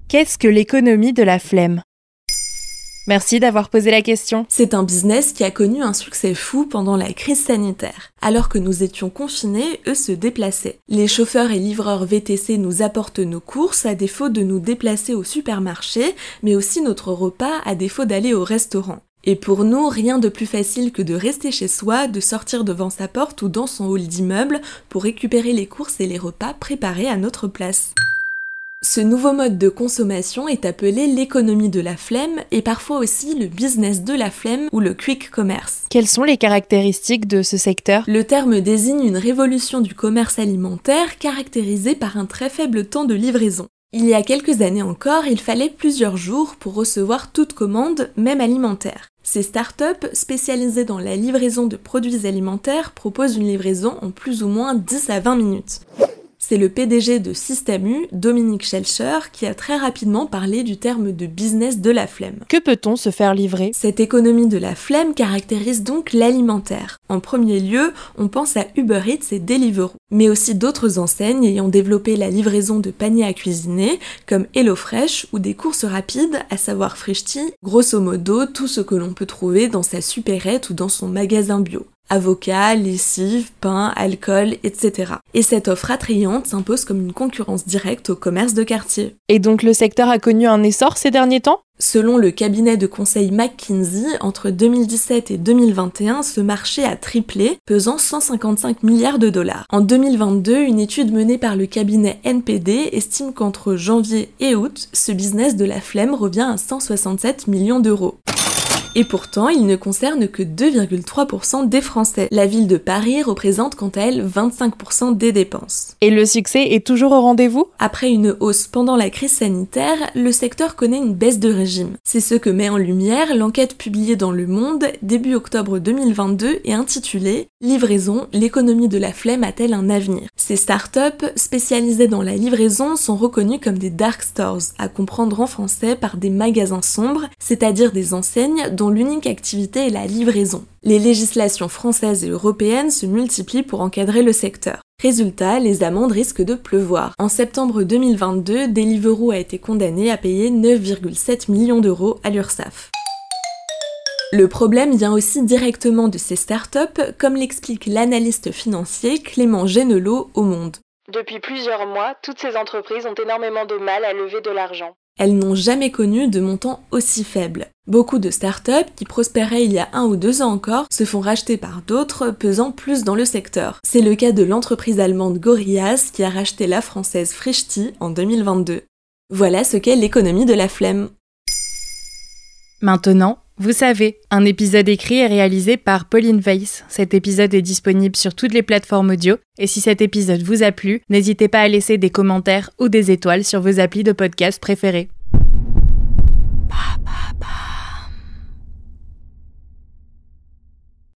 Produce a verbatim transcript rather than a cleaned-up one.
Qu'est-ce que l'économie de la flemme ? Merci d'avoir posé la question. C'est un business qui a connu un succès fou pendant la crise sanitaire. Alors que nous étions confinés, eux se déplaçaient. Les chauffeurs et livreurs V T C nous apportent nos courses à défaut de nous déplacer au supermarché, mais aussi notre repas à défaut d'aller au restaurant. Et pour nous, rien de plus facile que de rester chez soi, de sortir devant sa porte ou dans son hall d'immeuble pour récupérer les courses et les repas préparés à notre place. Ce nouveau mode de consommation est appelé l'économie de la flemme et parfois aussi le business de la flemme ou le quick commerce. Quelles sont les caractéristiques de ce secteur ? Le terme désigne une révolution du commerce alimentaire caractérisée par un très faible temps de livraison. Il y a quelques années encore, il fallait plusieurs jours pour recevoir toute commande, même alimentaire. Ces startups, spécialisées dans la livraison de produits alimentaires, proposent une livraison en plus ou moins dix à vingt minutes. C'est le P D G de Système U, Dominique Schelcher, qui a très rapidement parlé du terme de business de la flemme. Que peut-on se faire livrer ? Cette économie de la flemme caractérise donc l'alimentaire. En premier lieu, on pense à Uber Eats et Deliveroo, mais aussi d'autres enseignes ayant développé la livraison de paniers à cuisiner, comme HelloFresh, ou des courses rapides, à savoir Frischti, grosso modo tout ce que l'on peut trouver dans sa supérette ou dans son magasin bio. Avocats, lessive, pain, alcool, et cetera. Et cette offre attrayante s'impose comme une concurrence directe au commerce de quartier. Et donc le secteur a connu un essor ces derniers temps ? Selon le cabinet de conseil McKinsey, entre deux mille dix-sept et deux mille vingt et un, ce marché a triplé, pesant cent cinquante-cinq milliards de dollars. En deux mille vingt-deux, une étude menée par le cabinet N P D estime qu'entre janvier et août, ce business de la flemme revient à cent soixante-sept millions d'euros. Et pourtant, il ne concerne que deux virgule trois pour cent des Français. La ville de Paris représente quant à elle vingt-cinq pour cent des dépenses. Et le succès est toujours au rendez-vous ? Après une hausse pendant la crise sanitaire, le secteur connaît une baisse de régime. C'est ce que met en lumière l'enquête publiée dans Le Monde début octobre deux mille vingt-deux et intitulée « Livraison, l'économie de la flemme a-t-elle un avenir ?» Ces startups, spécialisées dans la livraison, sont reconnues comme des dark stores, à comprendre en français par des magasins sombres, c'est-à-dire des enseignes dont l'unique activité est la livraison. Les législations françaises et européennes se multiplient pour encadrer le secteur. Résultat, les amendes risquent de pleuvoir. En septembre deux mille vingt-deux, Deliveroo a été condamné à payer neuf virgule sept millions d'euros à l'URSSAF. Le problème vient aussi directement de ces startups, comme l'explique l'analyste financier Clément Genelot au Monde. Depuis plusieurs mois, toutes ces entreprises ont énormément de mal à lever de l'argent. Elles n'ont jamais connu de montants aussi faibles. Beaucoup de startups qui prospéraient il y a un ou deux ans encore se font racheter par d'autres pesant plus dans le secteur. C'est le cas de l'entreprise allemande Gorillas qui a racheté la française Frischti en deux mille vingt-deux. Voilà ce qu'est l'économie de la flemme. Maintenant, vous savez, un épisode écrit et réalisé par Pauline Weiss. Cet épisode est disponible sur toutes les plateformes audio. Et si cet épisode vous a plu, n'hésitez pas à laisser des commentaires ou des étoiles sur vos applis de podcast préférés.